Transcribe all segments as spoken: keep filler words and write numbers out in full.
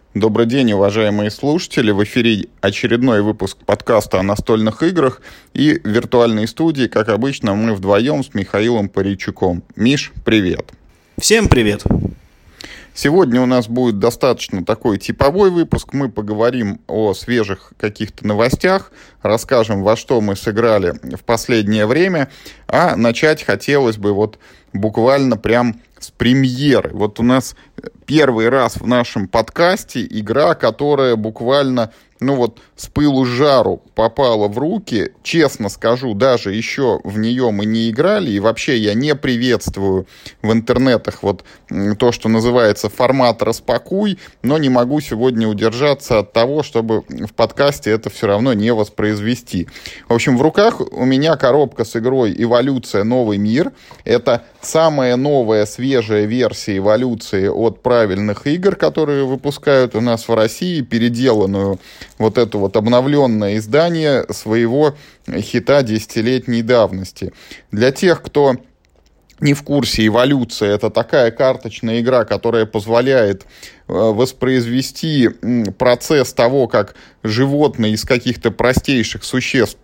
Добрый день, уважаемые слушатели. В эфире очередной выпуск подкаста о настольных играх. И в виртуальной студии, как обычно, мы вдвоем с Михаилом Паричуком. Миш, привет. Всем привет. Сегодня у нас будет достаточно такой типовой выпуск. Мы поговорим о свежих каких-то новостях, расскажем, во что мы сыграли в последнее время. А начать хотелось бы вот буквально прям с премьеры. Вот у нас первый раз в нашем подкасте игра, которая буквально, ну вот, с пылу с жару попала в руки. Честно скажу, даже еще в нее мы не играли. И вообще я не приветствую в интернетах вот то, что называется формат «распакуй», но не могу сегодня удержаться от того, чтобы в подкасте это все равно не воспроизвести. В общем, в руках у меня коробка с игрой «Эволюция. Новый мир». Это самая новая, свежая версия эволюции от правильных игр, которые выпускают у нас в России, переделанную вот это вот обновленное издание своего хита десятилетней давности. Для тех, кто не в курсе, «Эволюция» — это такая карточная игра, которая позволяет воспроизвести процесс того, как животные из каких-то простейших существ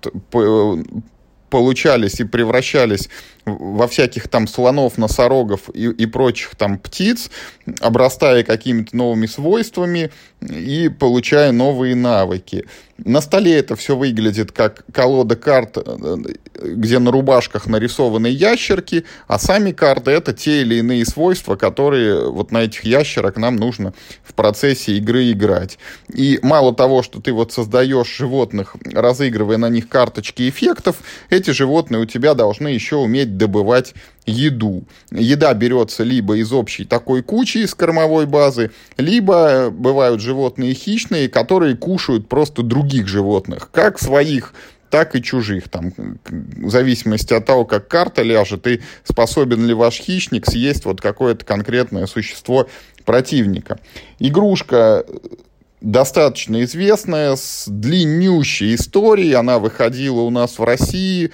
получались и превращались во всяких там слонов, носорогов и, и прочих там птиц, обрастая какими-то новыми свойствами и получая новые навыки. На столе это все выглядит как колода карт, где на рубашках нарисованы ящерки, а сами карты — это те или иные свойства, которые вот на этих ящерок нам нужно в процессе игры играть. И мало того, что ты вот создаешь животных, разыгрывая на них карточки эффектов, эти животные у тебя должны еще уметь добывать еду. Еда берется либо из общей такой кучи, из кормовой базы, либо бывают животные хищные, которые кушают просто других животных, как своих, так и чужих. Там, в зависимости от того, как карта ляжет, и способен ли ваш хищник съесть вот какое-то конкретное существо противника. Игрушка достаточно известная, с длиннющей историей. Она выходила у нас в России,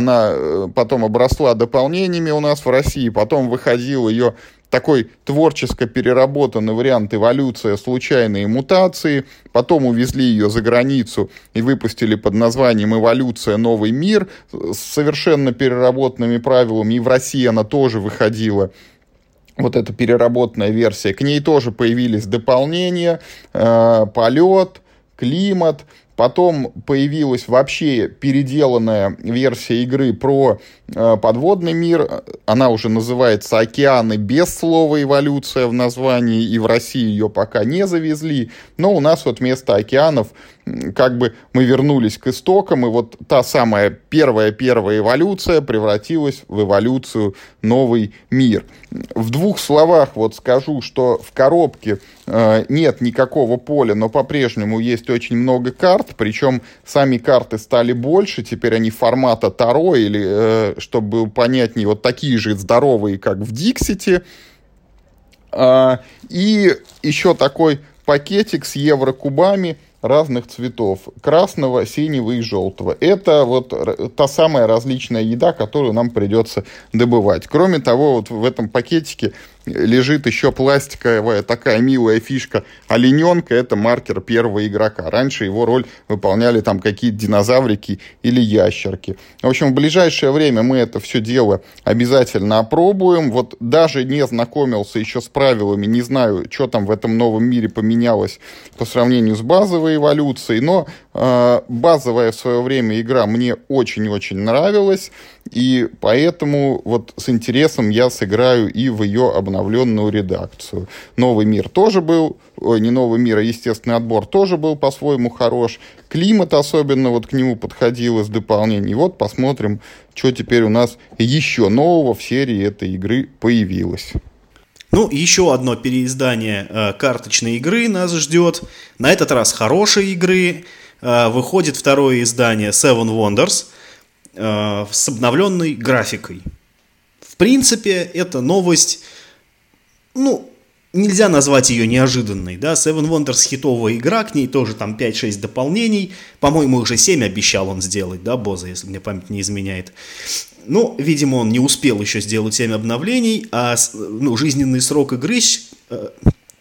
она потом обросла дополнениями у нас в России, потом выходил ее такой творческо переработанный вариант «Эволюция. Случайные мутации». Потом увезли ее за границу и выпустили под названием «Эволюция. Новый мир» с совершенно переработанными правилами. И в России она тоже выходила. Вот эта переработанная версия. К ней тоже появились дополнения, э, полет, климат. Потом появилась вообще переделанная версия игры про э, подводный мир. Она уже называется «Океаны» без слова «эволюция» в названии. И в России ее пока не завезли. Но у нас вот вместо океанов как бы мы вернулись к истокам, и вот та самая первая-первая эволюция превратилась в эволюцию «Новый мир». В двух словах вот скажу, что в коробке э, нет никакого поля, но по-прежнему есть очень много карт, причем сами карты стали больше, теперь они формата Таро, или, э, чтобы было понятнее, вот такие же здоровые, как в Диксите. Э, и еще такой пакетик с еврокубами разных цветов, красного, синего и желтого. Это вот та самая различная еда, которую нам придется добывать. Кроме того, вот в этом пакетике лежит еще пластиковая такая милая фишка олененка. Это маркер первого игрока. Раньше его роль выполняли там какие-то динозаврики или ящерки. В общем, в ближайшее время мы это все дело обязательно опробуем. Вот даже не знакомился еще с правилами, не знаю, что там в этом новом мире поменялось по сравнению с базовой эволюцией, но э, базовая в свое время игра мне очень-очень нравилась, и поэтому вот с интересом я сыграю и в ее обновленную редакцию. Новый мир тоже был, ой, не новый мир, а естественный отбор тоже был по-своему хорош. Климат особенно вот к нему подходил из дополнений. Вот посмотрим, что теперь у нас еще нового в серии этой игры появилось. Ну, еще одно переиздание э, карточной игры нас ждет. На этот раз хорошей игры. Э, выходит второе издание Seven Wonders э, с обновленной графикой. В принципе, эта новость, ну, нельзя назвать ее неожиданной. Да? Seven Wonders хитовая игра, к ней тоже там пять-шесть дополнений. По-моему, уже семь обещал он сделать, да, Боза, если мне память не изменяет. Ну, видимо, он не успел еще сделать семь обновлений, а ну, жизненный срок игры э,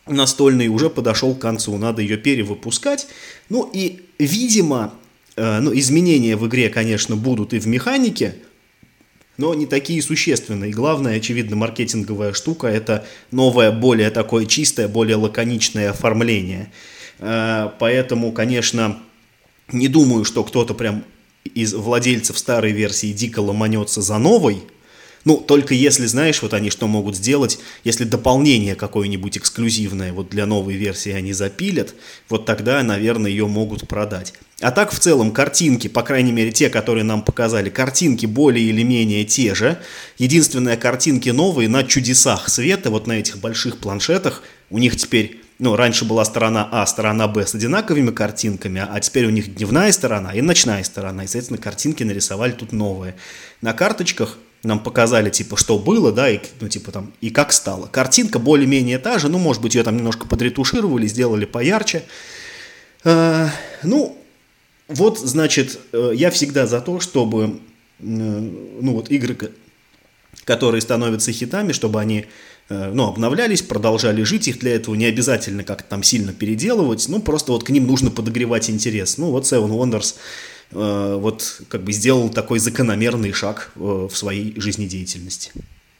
настольный уже подошел к концу, надо ее перевыпускать. Ну и, видимо, э, ну, изменения в игре, конечно, будут и в механике, но не такие существенные. Главная, очевидно, маркетинговая штука – это новое, более такое чистое, более лаконичное оформление. Э, поэтому, конечно, не думаю, что кто-то прям из владельцев старой версии дико ломанется за новой. Ну, только если, знаешь, вот они что могут сделать, если дополнение какое-нибудь эксклюзивное вот для новой версии они запилят, вот тогда, наверное, ее могут продать. А так, в целом, картинки, по крайней мере, те, которые нам показали, картинки более или менее те же. Единственное, картинки новые на чудесах света, вот на этих больших планшетах. У них теперь, ну, раньше была сторона А, сторона Б с одинаковыми картинками, а теперь у них дневная сторона и ночная сторона. И, соответственно, картинки нарисовали тут новые. На карточках нам показали, типа, что было, да, и, ну, типа, там, и как стало. Картинка более-менее та же, ну, может быть, ее там немножко подретушировали, сделали поярче. А, ну, вот, значит, я всегда за то, чтобы, ну, вот, игры, которые становятся хитами, чтобы они, ну, обновлялись, продолжали жить, их для этого не обязательно как-то там сильно переделывать, ну, просто вот к ним нужно подогревать интерес. Ну, вот Seven Wonders вот как бы сделал такой закономерный шаг в своей жизнедеятельности.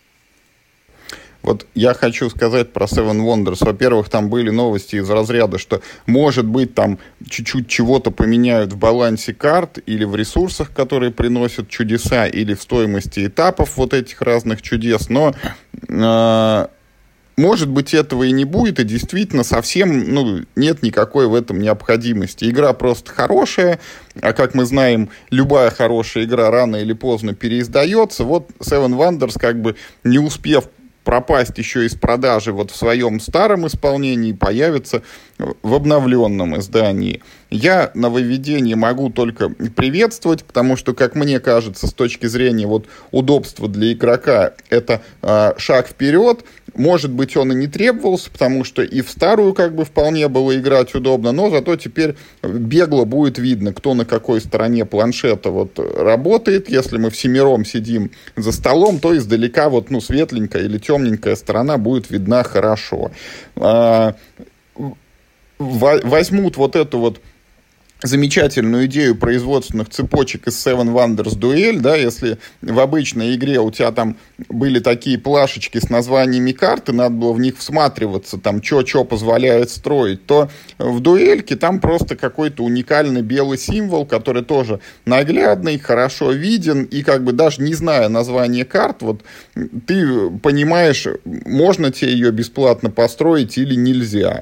Вот я хочу сказать про Seven Wonders. Во-первых, там были новости из разряда, что, может быть, там чуть-чуть чего-то поменяют в балансе карт или в ресурсах, которые приносят чудеса, или в стоимости этапов вот этих разных чудес. Но э, может быть, этого и не будет, и действительно совсем, ну, нет никакой в этом необходимости. Игра просто хорошая, а как мы знаем, любая хорошая игра рано или поздно переиздается. Вот Seven Wonders, как бы не успев пропасть еще из продажи вот в своем старом исполнении, появится в обновленном издании. Я нововведение могу только приветствовать, потому что, как мне кажется, с точки зрения вот удобства для игрока, это э, шаг вперед. Может быть, он и не требовался, потому что и в старую как бы вполне было играть удобно, но зато теперь бегло будет видно, кто на какой стороне планшета вот работает. Если мы всемиром сидим за столом, то издалека вот, ну, светленькая или темненькая сторона будет видна хорошо. Возьмут вот эту вот замечательную идею производственных цепочек из Seven Wonders Duel, да, если в обычной игре у тебя там были такие плашечки с названиями карты, надо было в них всматриваться, там, что позволяет строить, то в дуэльке там просто какой-то уникальный белый символ, который тоже наглядный, хорошо виден, и как бы даже не зная название карт, вот ты понимаешь, можно тебе ее бесплатно построить или нельзя.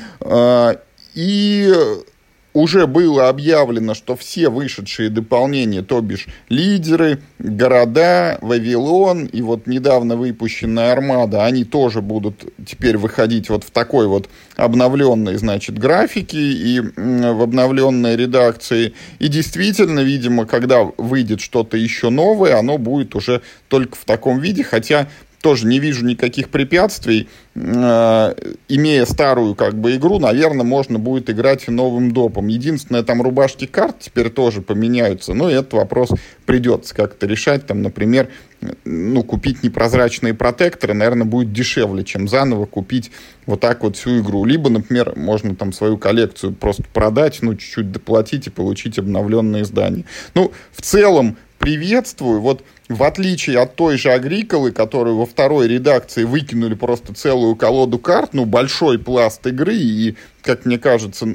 И уже было объявлено, что все вышедшие дополнения, то бишь лидеры, города, Вавилон и вот недавно выпущенная Армада, они тоже будут теперь выходить вот в такой вот обновленной, значит, графике и в обновленной редакции. И действительно, видимо, когда выйдет что-то еще новое, оно будет уже только в таком виде, хотя тоже не вижу никаких препятствий. Э, имея старую как бы игру, наверное, можно будет играть и новым допом. Единственное, там рубашки карт теперь тоже поменяются, но этот вопрос придется как-то решать. Там, например, ну, купить непрозрачные протекторы, наверное, будет дешевле, чем заново купить вот так вот всю игру. Либо, например, можно там свою коллекцию просто продать, ну, чуть-чуть доплатить и получить обновленное издание. Ну, в целом, приветствую. Вот в отличие от той же Агриколы, которую во второй редакции выкинули просто целую колоду карт, ну, большой пласт игры, и, как мне кажется,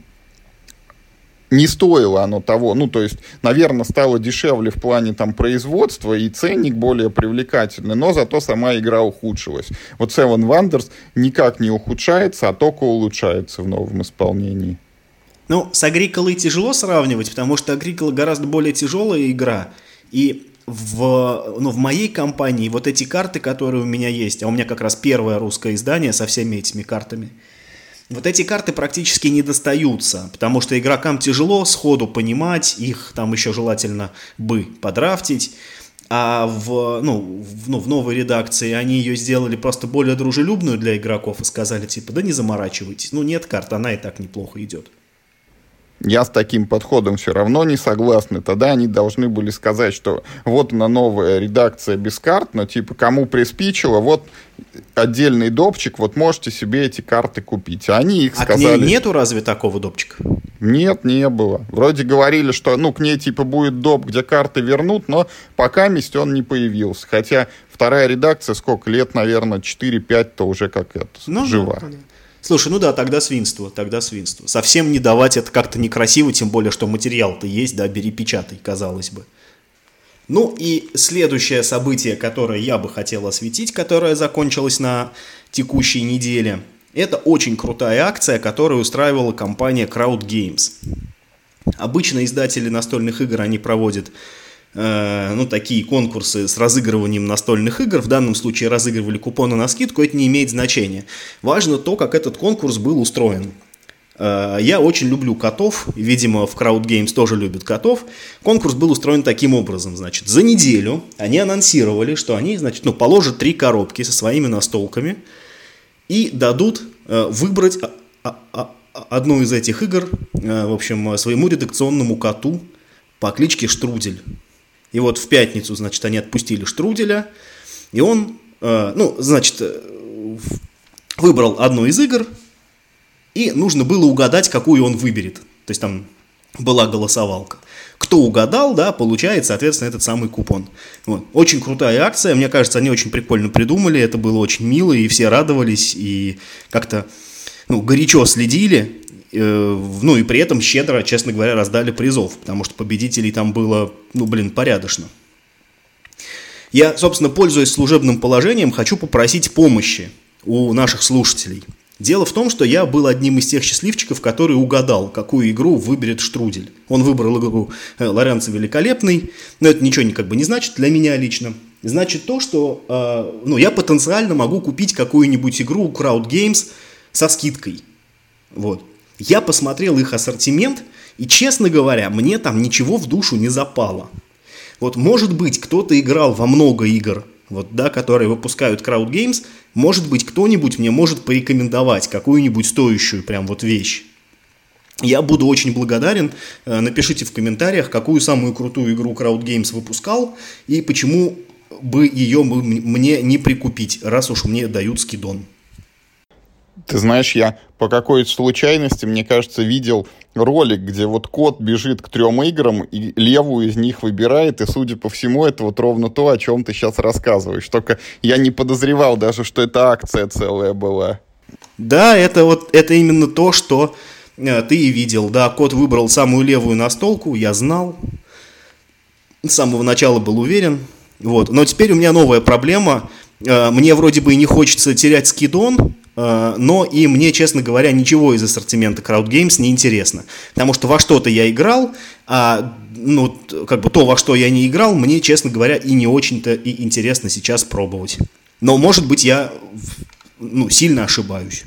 не стоило оно того. Ну, то есть, наверное, стало дешевле в плане там производства, и ценник более привлекательный, но зато сама игра ухудшилась. Вот Seven Wonders никак не ухудшается, а только улучшается в новом исполнении. Ну, с Агриколой тяжело сравнивать, потому что Агрикола гораздо более тяжелая игра. И в, ну, в моей компании вот эти карты, которые у меня есть, а у меня как раз первое русское издание со всеми этими картами, вот эти карты практически не достаются, потому что игрокам тяжело сходу понимать, их там еще желательно бы подрафтить. А в, ну, в, ну, в новой редакции они ее сделали просто более дружелюбную для игроков и сказали, типа, да не заморачивайтесь, ну нет карт, она и так неплохо идет. Я с таким подходом все равно не согласен. Тогда они должны были сказать, что вот она новая редакция без карт, но типа кому приспичило, вот отдельный допчик, вот можете себе эти карты купить. А они их а сказали... к ней нету разве такого допчика? Нет, не было. Вроде говорили, что ну к ней типа будет доп, где карты вернут, но пока месть он не появился. Хотя вторая редакция сколько лет, наверное, четыре-пять-то уже как это, ну, жива. Да, слушай, ну да, тогда свинство, тогда свинство. Совсем не давать это как-то некрасиво, тем более, что материал-то есть, да, бери печатай, казалось бы. Ну и следующее событие, которое я бы хотел осветить, которое закончилось на текущей неделе, это очень крутая акция, которую устраивала компания Crowd Games. Обычно издатели настольных игр, они проводят э, ну, такие конкурсы с разыгрыванием настольных игр. В данном случае разыгрывали купоны на скидку, это не имеет значения. Важно то, как этот конкурс был устроен. Э, я очень люблю котов, видимо, в Crowd Games тоже любят котов. Конкурс был устроен таким образом. Значит, за неделю они анонсировали, что они, значит, ну, положат три коробки со своими настолками и дадут э, выбрать а, а, а, одну из этих игр, э, в общем, своему редакционному коту по кличке Штрудель. И вот в пятницу, значит, они отпустили Штруделя, и он, э, ну, значит, э, выбрал одну из игр, и нужно было угадать, какую он выберет. То есть там была голосовалка. Кто угадал, да, получает, соответственно, этот самый купон. Вот. Очень крутая акция, мне кажется, они очень прикольно придумали, это было очень мило, и все радовались, и как-то, ну, горячо следили, э, ну, и при этом щедро, честно говоря, раздали призов, потому что победителей там было, ну, блин, порядочно. Я, собственно, пользуясь служебным положением, хочу попросить помощи у наших слушателей. Дело в том, что я был одним из тех счастливчиков, который угадал, какую игру выберет Штрудель. Он выбрал игру «Лоренцо Великолепный», но это ничего как бы не значит для меня лично. Значит то, что э, ну, я потенциально могу купить какую-нибудь игру у Crowd Games со скидкой. Вот. Я посмотрел их ассортимент, и, честно говоря, мне там ничего в душу не запало. Вот, может быть, кто-то играл во много игр, вот, да, которые выпускают Crowd Games, может быть, кто-нибудь мне может порекомендовать какую-нибудь стоящую прям вот вещь. Я буду очень благодарен. Напишите в комментариях, какую самую крутую игру Crowd Games выпускал и почему бы ее мне не прикупить, раз уж мне дают скидон. Ты знаешь, я по какой-то случайности, мне кажется, видел ролик, где вот кот бежит к трем играм и левую из них выбирает, и, судя по всему, это вот ровно то, о чем ты сейчас рассказываешь. Только я не подозревал даже, что это акция целая была. Да, это вот это именно то, что э, ты и видел. Да, кот выбрал самую левую настолку, я знал. С самого начала был уверен. Вот. Но теперь у меня новая проблема. Э, мне вроде бы и не хочется терять скидон, но и мне, честно говоря, ничего из ассортимента Crowd Games не интересно. Потому что во что-то я играл, а ну, как бы то, во что я не играл, мне, честно говоря, и не очень-то и интересно сейчас пробовать. Но, может быть, я ну, сильно ошибаюсь.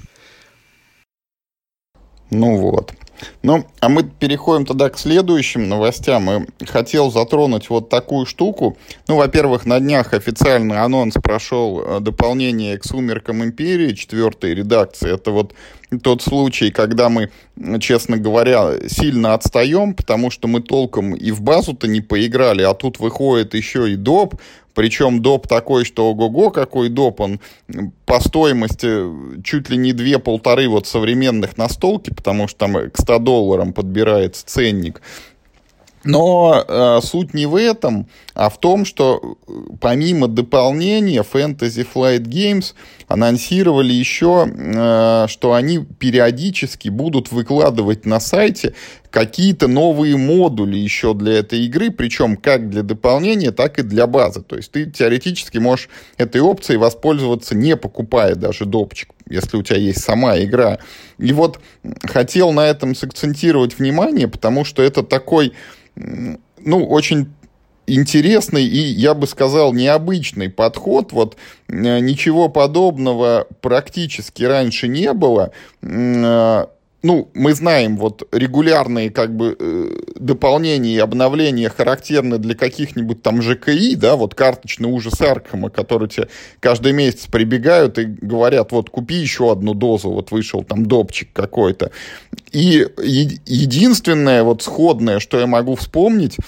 Ну вот. Ну, а мы переходим тогда к следующим новостям. И хотел затронуть вот такую штуку. Ну, во-первых, на днях официальный анонс прошел дополнение к «Сумеркам Империи», четвертой редакции. Это вот тот случай, когда мы, честно говоря, сильно отстаем, потому что мы толком и в базу-то не поиграли, а тут выходит еще и доп. Причем доп такой, что ого-го, какой доп, он по стоимости чуть ли не две-полторы вот современных настолки, потому что там к ста долларам подбирается ценник. Но э, суть не в этом, а в том, что помимо дополнения Fantasy Flight Games анонсировали еще, э, что они периодически будут выкладывать на сайте какие-то новые модули еще для этой игры, причем как для дополнения, так и для базы. То есть ты теоретически можешь этой опцией воспользоваться, не покупая даже допчик, если у тебя есть сама игра. И вот хотел на этом сакцентировать внимание, потому что это такой, ну, очень интересный и, я бы сказал, необычный подход. Вот ничего подобного практически раньше не было. Ну, ну, мы знаем, вот регулярные как бы э, дополнения и обновления характерны для каких-нибудь там ЖКИ, да, вот карточный ужас Аркхема, которые тебе каждый месяц прибегают и говорят, вот купи еще одну дозу, вот вышел там допчик какой-то. И е- единственное вот сходное, что я могу вспомнить,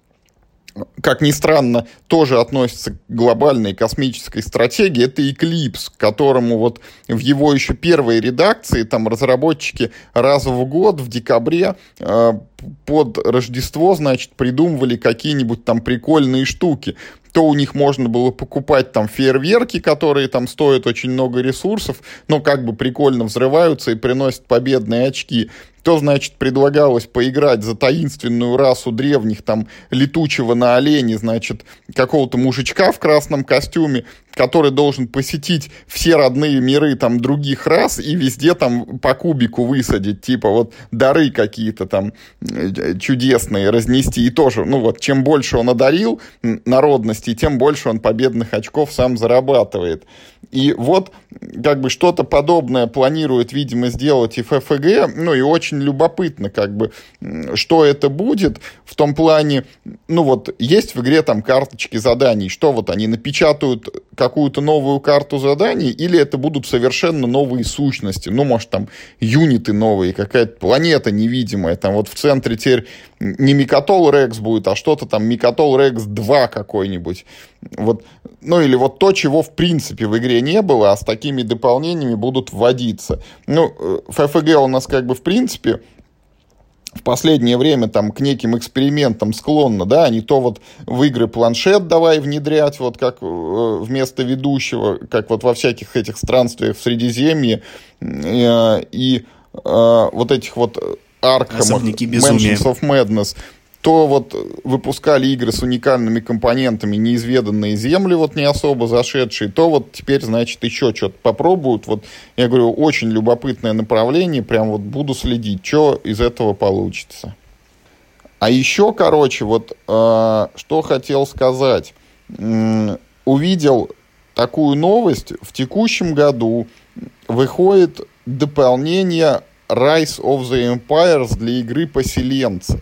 как ни странно, тоже относится к глобальной космической стратегии, это Eclipse, которому вот в его еще первой редакции там разработчики раз в год в декабре э, под Рождество, значит, придумывали какие-нибудь там прикольные штуки. То у них можно было покупать там фейерверки, которые там стоят очень много ресурсов, но как бы прикольно взрываются и приносят победные очки. То, значит, предлагалось поиграть за таинственную расу древних, там, летучего на олене, значит, какого-то мужичка в красном костюме, который должен посетить все родные миры, там, других рас и везде, там, по кубику высадить, типа, вот, дары какие-то там чудесные разнести. И тоже, ну, вот, чем больше он одарил народности, тем больше он победных очков сам зарабатывает. И вот, как бы, что-то подобное планирует, видимо, сделать и эф эф гэ, ну, и очень любопытно, как бы, что это будет, в том плане, ну, вот, есть в игре там карточки заданий, что вот они напечатают какую-то новую карту заданий, или это будут совершенно новые сущности, ну, может, там, юниты новые, какая-то планета невидимая, там, вот в центре теперь не Микатол Рекс будет, а что-то там Микатол Рекс два какой-нибудь, вот, ну, или вот то, чего, в принципе, в игре не было, а с такими дополнениями будут вводиться. Ну, эф эф гэ у нас, как бы, в принципе, в последнее время там к неким экспериментам склонно, да, не то вот в игры планшет давай внедрять, вот как э, вместо ведущего, как вот во всяких этих странствиях в Средиземье, э, и э, вот этих вот Аркхемах, Mansions of Madness, то вот выпускали игры с уникальными компонентами, неизведанные земли, вот не особо зашедшие, то вот теперь, значит, еще что-то попробуют. Вот, я говорю, очень любопытное направление, прям вот буду следить, что из этого получится. А еще, короче, вот э, что хотел сказать. М- увидел такую новость, в текущем году выходит дополнение Rise of the Empires для игры «Поселенцы».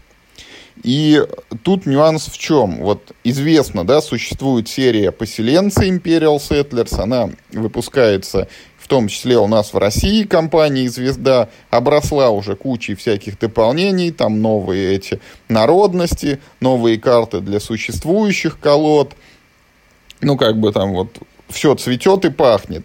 И тут нюанс в чем? Вот известно, да, существует серия «Поселенцы» Imperial Settlers, она выпускается в том числе у нас в России компанией «Звезда», обросла уже кучей всяких дополнений, там новые эти народности, новые карты для существующих колод, ну как бы там вот все цветет и пахнет.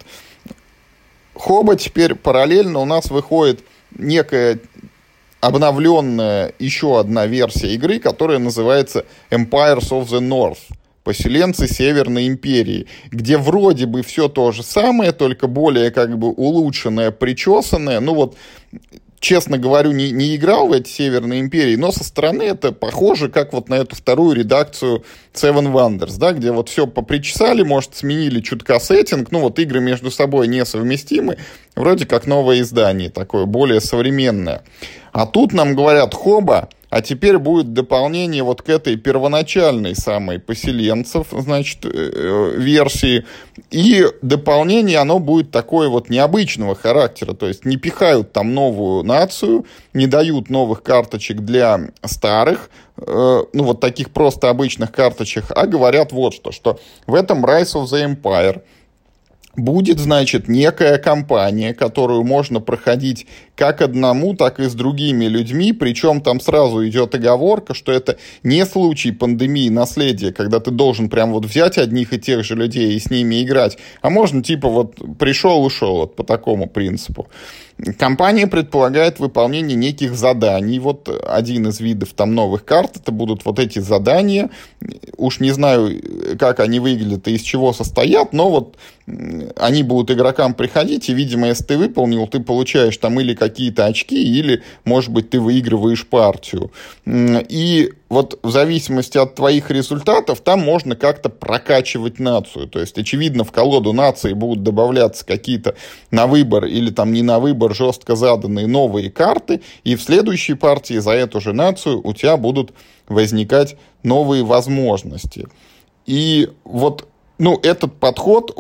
Хоба теперь параллельно у нас выходит некая обновленная еще одна версия игры, которая называется Empires of the North, поселенцы Северной империи, где вроде бы все то же самое, только более как бы улучшенное, причесанное. Ну вот, честно говорю, не, не играл в эти Северные империи, но со стороны это похоже как вот на эту вторую редакцию Seven Wonders, да, где вот все попричесали, может, сменили чутка сеттинг, ну вот игры между собой несовместимы, вроде как новое издание такое, более современное. А тут нам говорят, хоба, а теперь будет дополнение вот к этой первоначальной самой поселенцев, значит, версии. И дополнение, оно будет такое вот необычного характера. То есть не пихают там новую нацию, не дают новых карточек для старых, ну вот таких просто обычных карточек, а говорят вот что, что в этом Rise of the Empire будет, значит, некая кампания, которую можно проходить как одному, так и с другими людьми, причем там сразу идет оговорка, что это не случай пандемии наследия, когда ты должен прям вот взять одних и тех же людей и с ними играть, а можно типа вот пришел-ушел вот по такому принципу. Компания предполагает выполнение неких заданий. Вот один из видов там новых карт, это будут вот эти задания. Уж не знаю, как они выглядят и из чего состоят, но вот они будут игрокам приходить, и, видимо, если ты выполнил, ты получаешь там или какие-то очки, или, может быть, ты выигрываешь партию. И вот в зависимости от твоих результатов там можно как-то прокачивать нацию. То есть, очевидно, в колоду нации будут добавляться какие-то на выбор или там не на выбор жестко заданные новые карты, и в следующей партии за эту же нацию у тебя будут возникать новые возможности. И вот, ну, этот подход, он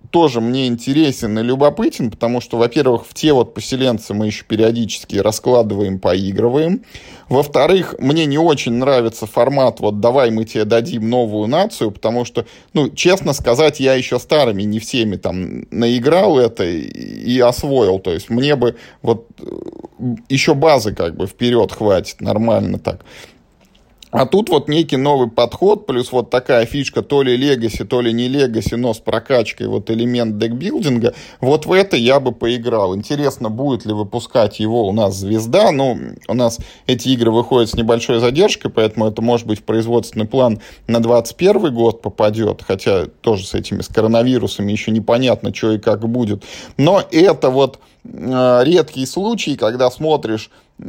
тоже мне интересен и любопытен, потому что, во-первых, в те вот поселенцы мы еще периодически раскладываем, поигрываем. Во-вторых, мне не очень нравится формат вот «давай мы тебе дадим новую нацию», потому что, ну, честно сказать, я еще старыми не всеми там наиграл это и освоил. То есть мне бы вот еще базы как бы вперед хватит, нормально так. А тут вот некий новый подход, плюс вот такая фишка, то ли легаси, то ли не легаси, но с прокачкой, вот элемент декбилдинга, вот в это я бы поиграл. Интересно, будет ли выпускать его у нас «Звезда». Ну, у нас эти игры выходят с небольшой задержкой, поэтому это, может быть, в производственный план на двадцать первый год попадет, хотя тоже с этими, с коронавирусами еще непонятно, что и как будет. Но это вот э, редкий случай, когда смотришь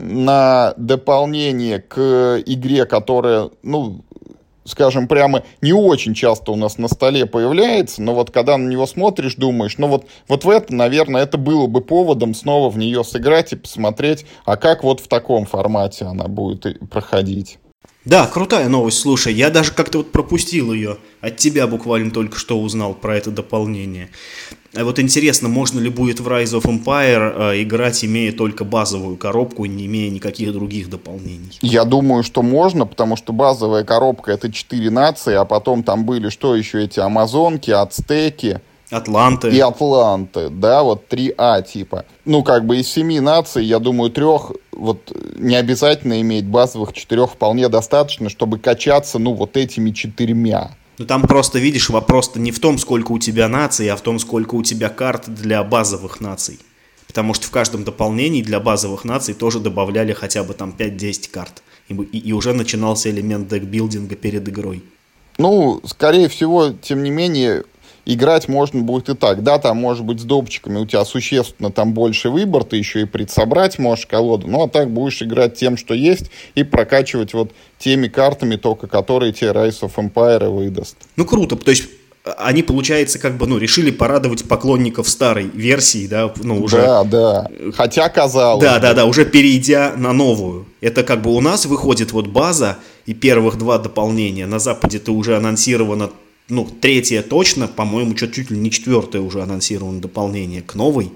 на дополнение к игре, которая, ну, скажем, прямо не очень часто у нас на столе появляется, но вот когда на него смотришь, думаешь, ну вот, вот в это, наверное, это было бы поводом снова в нее сыграть и посмотреть, а как вот в таком формате она будет проходить. Да, крутая новость, слушай, я даже как-то вот пропустил ее, от тебя буквально только что узнал про это дополнение. А вот интересно, можно ли будет в Rise of Empire э, играть, имея только базовую коробку, не имея никаких других дополнений? Я думаю, что можно, потому что базовая коробка — это четыре нации, а потом там были что еще, эти амазонки, ацтеки, Атланты. И Атланты, да, вот три А типа. Ну, как бы из семи наций, я думаю, трех вот не обязательно иметь, базовых четырех вполне достаточно, чтобы качаться, ну, вот этими четырьмя. Ну, там просто, видишь, вопрос-то не в том, сколько у тебя наций, а в том, сколько у тебя карт для базовых наций. Потому что в каждом дополнении для базовых наций тоже добавляли хотя бы там пять-десять карт. И, и, и уже начинался элемент декбилдинга перед игрой. Ну, скорее всего, тем не менее, играть можно будет и так. Да, там, может быть, с допчиками у тебя существенно там больше выбор, ты еще и предсобрать можешь колоду, ну, а так будешь играть тем, что есть, и прокачивать вот теми картами только, которые тебе Rise of Empire выдаст. Ну, круто, то есть они, получается, как бы, ну, решили порадовать поклонников старой версии, да, ну, уже... Да, да, хотя казалось... Да, да, да, уже перейдя на новую. Это как бы у нас выходит вот база и первых два дополнения, на Западе-то уже анонсировано, ну, третье точно, по-моему, чуть ли не четвертое уже анонсировано дополнение к новой,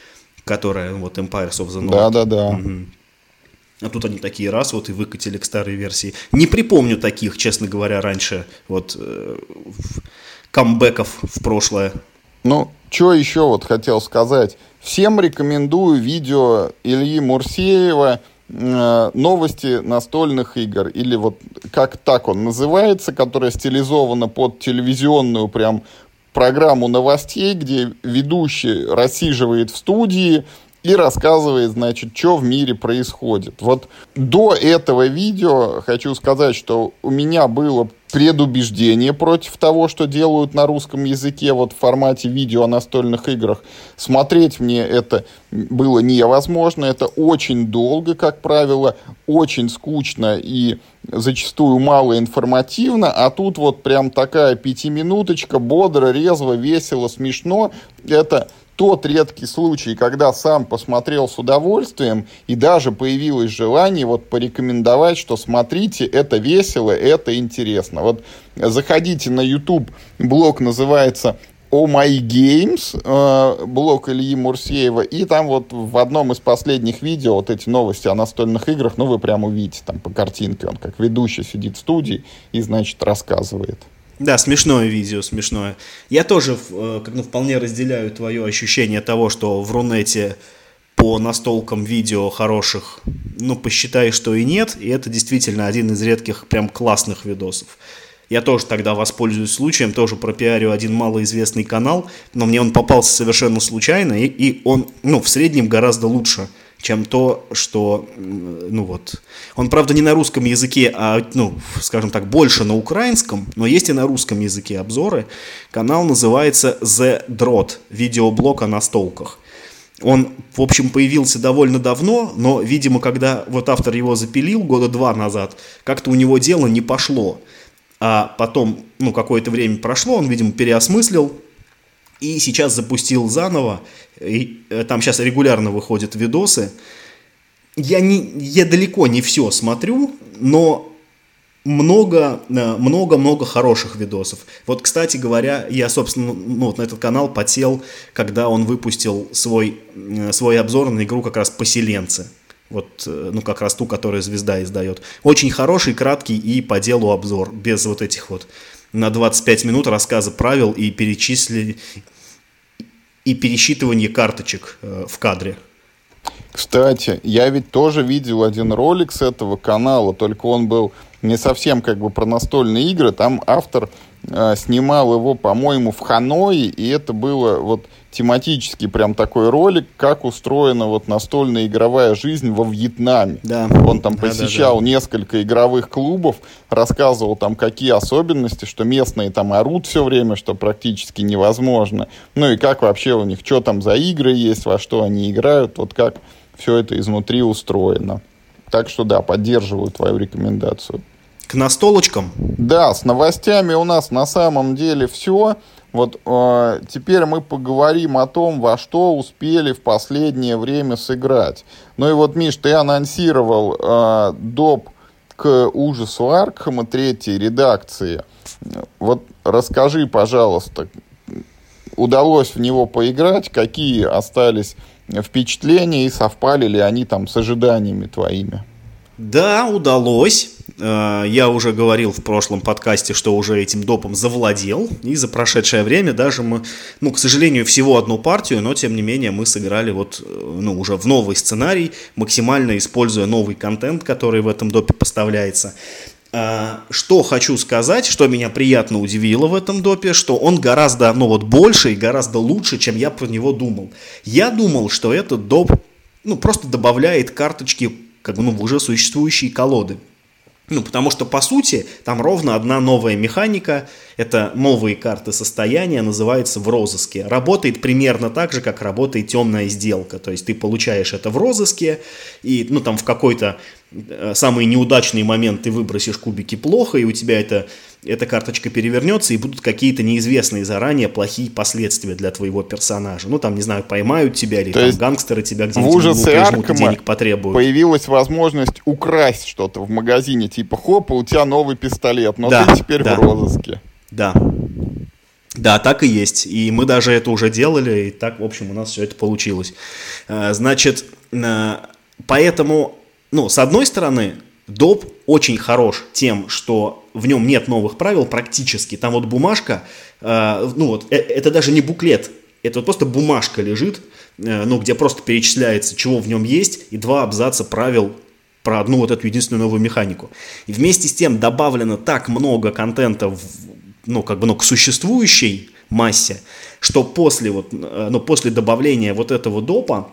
которая вот Empires of the North. Да-да-да. Угу. А тут они такие раз вот и выкатили к старой версии. Не припомню таких, честно говоря, раньше вот э, камбэков в прошлое. Ну, что еще вот хотел сказать. Всем рекомендую видео Ильи Мурсеева «Новости настольных игр», или вот как так он называется, которая стилизована под телевизионную прям программу новостей, где ведущий рассиживает в студии и рассказывает, значит, что в мире происходит. Вот до этого видео хочу сказать, что у меня было предубеждение против того, что делают на русском языке вот в формате видео о настольных играх. Смотреть мне это было невозможно. Это очень долго, как правило, очень скучно и зачастую мало информативно. А тут вот прям такая пятиминуточка, бодро, резво, весело, смешно. Это тот редкий случай, когда сам посмотрел с удовольствием, и даже появилось желание вот порекомендовать, что смотрите, это весело, это интересно. Вот заходите на YouTube, блог называется Oh My Games, э, блог Ильи Мурсеева, и там вот в одном из последних видео вот эти новости о настольных играх, ну вы прям увидите там по картинке, он как ведущий сидит в студии и, значит, рассказывает. Да, смешное видео, смешное. Я тоже как, ну, вполне разделяю твое ощущение того, что в Рунете по настолкам видео хороших, ну, посчитай, что и нет, и это действительно один из редких прям классных видосов. Я тоже тогда воспользуюсь случаем, тоже пропиарю один малоизвестный канал, но мне он попался совершенно случайно, и, и он, ну, в среднем гораздо лучше, чем то, что, ну вот, он, правда, не на русском языке, а, ну, скажем так, больше на украинском, но есть и на русском языке обзоры. Канал называется The Drot, видеоблог о настолках. Он, в общем, появился довольно давно, но, видимо, когда вот автор его запилил года два назад, как-то у него дело не пошло. А потом, ну, какое-то время прошло, он, видимо, переосмыслил, и сейчас запустил заново, и там сейчас регулярно выходят видосы. Я, не, я далеко не все смотрю, но много, много-много хороших видосов. Вот, кстати говоря, я, собственно, ну, вот на этот канал подсел, когда он выпустил свой, свой обзор на игру как раз «Поселенцы». Вот, ну, как раз ту, которую «Звезда» издает. Очень хороший, краткий и по делу обзор, без вот этих вот на двадцать пять минут рассказа правил и перечисли... и пересчитывание карточек э, в кадре. Кстати, я ведь тоже видел один ролик с этого канала, только он был не совсем как бы про настольные игры. Там автор э, снимал его, по-моему, в Ханое, и это было вот тематический прям такой ролик, как устроена вот настольная игровая жизнь во Вьетнаме. Да. Он там да, посещал да, да. несколько игровых клубов, рассказывал там, какие особенности, что местные там орут все время, что практически невозможно. Ну и как вообще у них, что там за игры есть, во что они играют, вот как все это изнутри устроено. Так что да, поддерживаю твою рекомендацию. К настолочкам? Да, с новостями у нас на самом деле все. Вот э, теперь мы поговорим о том, во что успели в последнее время сыграть. Ну и вот, Миш, ты анонсировал э, доп. К ужасу Аркхема третьей редакции. Вот расскажи, пожалуйста, удалось в него поиграть, какие остались впечатления и совпали ли они там с ожиданиями твоими? Да, удалось. Я уже говорил в прошлом подкасте, что уже этим допом завладел. И за прошедшее время даже мы, ну, к сожалению, всего одну партию, но тем не менее мы сыграли вот, ну, уже в новый сценарий, максимально используя новый контент, который в этом допе поставляется. Что хочу сказать, что меня приятно удивило в этом допе, что он гораздо, ну, вот больше и гораздо лучше, чем я про него думал. Я думал, что этот доп, ну, просто добавляет карточки, как бы, ну, в уже существующие колоды. Ну, потому что, по сути, там ровно одна новая механика, это новые карты состояния, называется в розыске. Работает примерно так же, как работает темная сделка. То есть ты получаешь это в розыске, и, ну, там в какой-то самый неудачный момент ты выбросишь кубики плохо, и у тебя это, эта карточка перевернется, и будут какие-то неизвестные заранее плохие последствия для твоего персонажа. Ну, там, не знаю, поймают тебя, или там гангстеры тебя где-нибудь прижмут и денег потребуют. Появилась возможность украсть что-то в магазине, типа, хоп, у тебя новый пистолет, но да, ты теперь да. в розыске. Да. Да, так и есть. И мы даже это уже делали, и так, в общем, у нас все это получилось. Значит, поэтому... Ну, с одной стороны, доп очень хорош тем, что в нем нет новых правил практически. Там вот бумажка, э, ну вот, э, это даже не буклет, это вот просто бумажка лежит, э, ну, где просто перечисляется, чего в нем есть, и два абзаца правил про одну вот эту единственную новую механику. И вместе с тем добавлено так много контента, в, ну, как бы, ну, к существующей массе, что после, вот, э, ну, после добавления вот этого допа,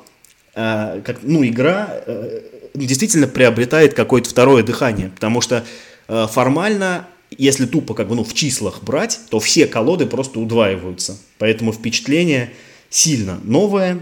э, как, ну, игра... Э, действительно приобретает какое-то второе дыхание, потому что э, формально, если тупо как бы, ну, в числах брать, то все колоды просто удваиваются, поэтому впечатление сильно новое,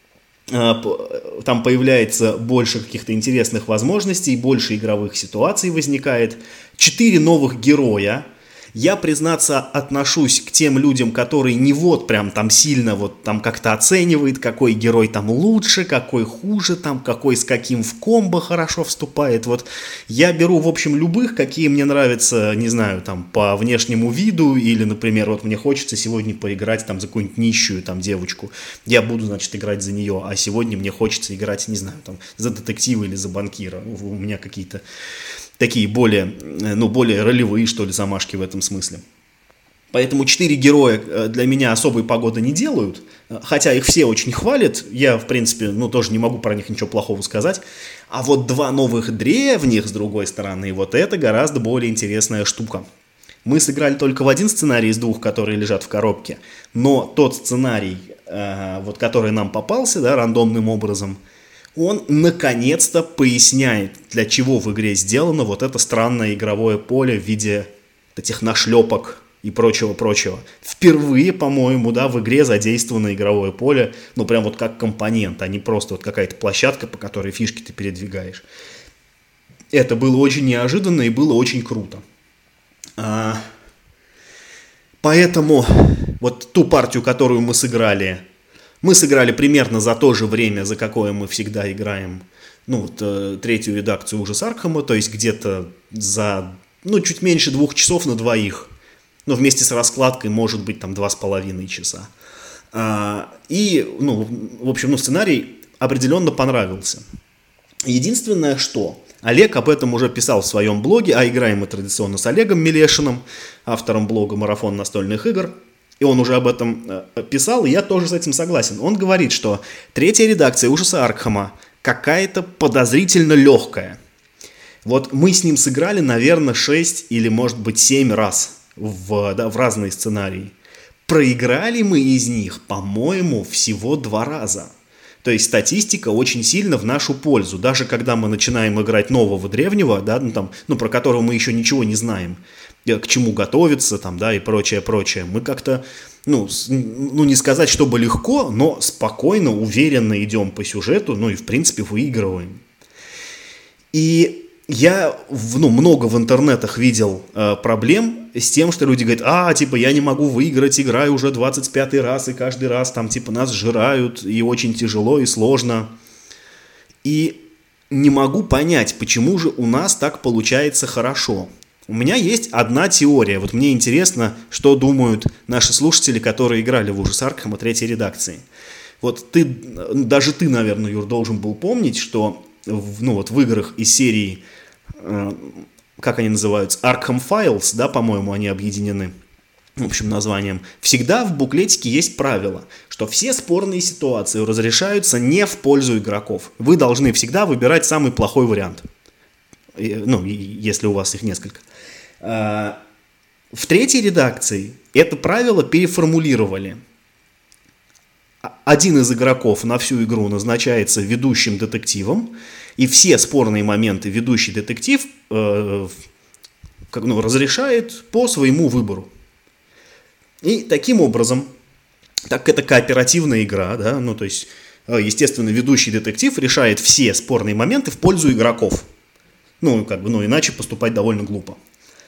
э, там появляется больше каких-то интересных возможностей, больше игровых ситуаций возникает, четыре новых героя. Я, признаться, отношусь к тем людям, которые не вот прям там сильно вот там как-то оценивают, какой герой там лучше, какой хуже, там какой с каким в комбо хорошо вступает. Вот я беру, в общем, любых, какие мне нравятся, не знаю, там по внешнему виду, или, например, вот мне хочется сегодня поиграть там за какую-нибудь нищую там девочку. Я буду, значит, играть за нее, а сегодня мне хочется играть, не знаю, там за детектива или за банкира. У меня какие-то такие более, ну, более ролевые, что ли, замашки в этом смысле. Поэтому четыре героя для меня особой погоды не делают, хотя их все очень хвалят, я, в принципе, ну, тоже не могу про них ничего плохого сказать. А вот два новых древних, с другой стороны, вот это гораздо более интересная штука. Мы сыграли только в один сценарий из двух, которые лежат в коробке, но тот сценарий, вот, который нам попался, да, рандомным образом, он наконец-то поясняет, для чего в игре сделано вот это странное игровое поле в виде этих нашлепок и прочего-прочего. Впервые, по-моему, да, в игре задействовано игровое поле, ну, прям вот как компонент, а не просто вот какая-то площадка, по которой фишки ты передвигаешь. Это было очень неожиданно и было очень круто. А, поэтому вот ту партию, которую мы сыграли, мы сыграли примерно за то же время, за какое мы всегда играем, ну, вот, третью редакцию «Ужас Аркхема», то есть где-то за ну, чуть меньше двух часов на двоих. Но вместе с раскладкой может быть там два с половиной часа. А, и, ну, в общем, ну, сценарий определенно понравился. Единственное, что Олег об этом уже писал в своем блоге, а играем мы традиционно с Олегом Мелешиным, автором блога «Марафон настольных игр». И он уже об этом писал, и я тоже с этим согласен. Он говорит, что третья редакция «Ужаса Аркхема» какая-то подозрительно легкая. Вот мы с ним сыграли, наверное, шесть или, может быть, семь раз в, да, в разные сценарии. Проиграли мы из них, по-моему, всего два раза. То есть статистика очень сильно в нашу пользу. Даже когда мы начинаем играть нового древнего, да, ну, там, ну, про которого мы еще ничего не знаем, к чему готовиться там, да, и прочее, прочее, мы как-то, ну, с, ну, не сказать, чтобы легко, но спокойно, уверенно идем по сюжету, ну и, в принципе, выигрываем. И я, ну, много в интернетах видел э, проблем с тем, что люди говорят, а, типа, я не могу выиграть, играю уже двадцать пятый раз, и каждый раз там, типа, нас сжирают, и очень тяжело, и сложно. И не могу понять, почему же у нас так получается хорошо. У меня есть одна теория. Вот мне интересно, что думают наши слушатели, которые играли в «Ужас Аркхема» третьей редакции. Вот ты, даже ты, наверное, Юр, должен был помнить, что в, ну, вот в играх из серии, э, как они называются, Arkham Files, да, по-моему, они объединены в общем названием, всегда в буклетике есть правило, что все спорные ситуации разрешаются не в пользу игроков. Вы должны всегда выбирать самый плохой вариант. Ну, если у вас их несколько. В третьей редакции это правило переформулировали. Один из игроков на всю игру назначается ведущим детективом, и все спорные моменты ведущий детектив э, как, ну, разрешает по своему выбору. И таким образом, так как это кооперативная игра, да, ну, то есть, естественно, ведущий детектив решает все спорные моменты в пользу игроков. Ну, как бы, ну, иначе поступать довольно глупо.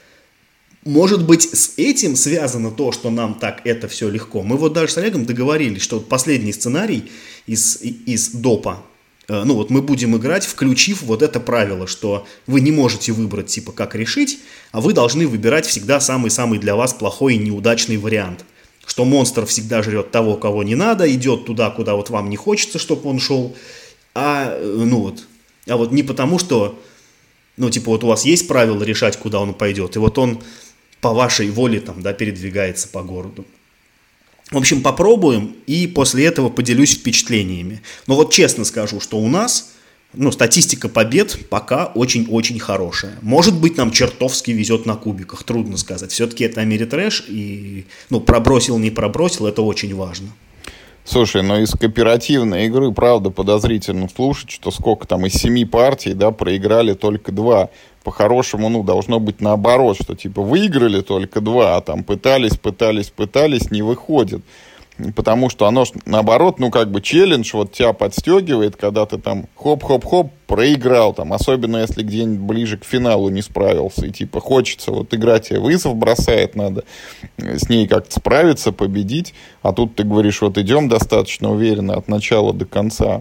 Может быть, с этим связано то, что нам так это все легко. Мы вот даже с Олегом договорились, что вот последний сценарий из, из допа, э, ну вот мы будем играть, включив вот это правило, что вы не можете выбрать, типа, как решить, а вы должны выбирать всегда самый-самый для вас плохой и неудачный вариант. Что монстр всегда жрет того, кого не надо, идет туда, куда вот вам не хочется, чтобы он шел, а, ну вот, а вот не потому, что... Ну, типа, вот у вас есть правило решать, куда он пойдет, и вот он по вашей воле там, да, передвигается по городу. В общем, попробуем, и после этого поделюсь впечатлениями. Но вот честно скажу, что у нас, ну, статистика побед пока очень-очень хорошая. Может быть, нам чертовски везет на кубиках, трудно сказать. Все-таки это Америтрэш, и, ну, пробросил, не пробросил, это очень важно. Слушай, но из кооперативной игры, правда, подозрительно слушать, что сколько там из семи партий, да, проиграли только два. По-хорошему, ну, должно быть наоборот, что типа выиграли только два, а там пытались, пытались, пытались, не выходит. Потому что оно, наоборот, ну, как бы челлендж вот тебя подстегивает, когда ты там хоп-хоп-хоп проиграл, там, особенно если где-нибудь ближе к финалу не справился, и типа хочется, вот игра тебе вызов бросает, надо с ней как-то справиться, победить, а тут ты говоришь, вот идем достаточно уверенно от начала до конца.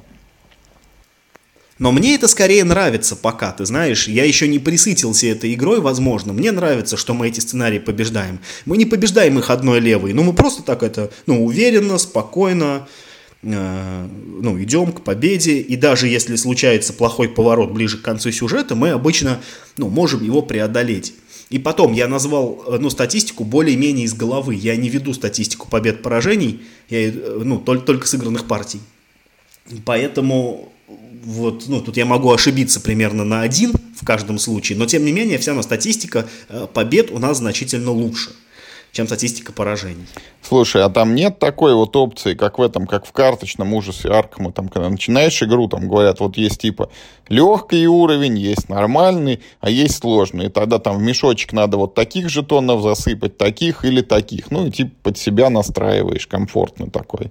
Но мне это скорее нравится пока, ты знаешь, я еще не присытился этой игрой, возможно, мне нравится, что мы эти сценарии побеждаем. Мы не побеждаем их одной левой, но мы просто так это, ну, уверенно, спокойно, э, ну, идем к победе, и даже если случается плохой поворот ближе к концу сюжета, мы обычно, ну, можем его преодолеть. И потом я назвал, ну, статистику более-менее из головы, я не веду статистику побед-поражений, я, ну, только, только сыгранных партий, поэтому... Вот, ну, тут я могу ошибиться примерно на один в каждом случае, но тем не менее вся равно статистика э, побед у нас значительно лучше, чем статистика поражений. Слушай, а там нет такой вот опции, как в этом, как в карточном ужасе Аркхема, там, когда начинаешь игру, там говорят, вот есть типа легкий уровень, есть нормальный, а есть сложный, и тогда там в мешочек надо вот таких жетонов засыпать, таких или таких, ну и типа под себя настраиваешь, комфортно такой.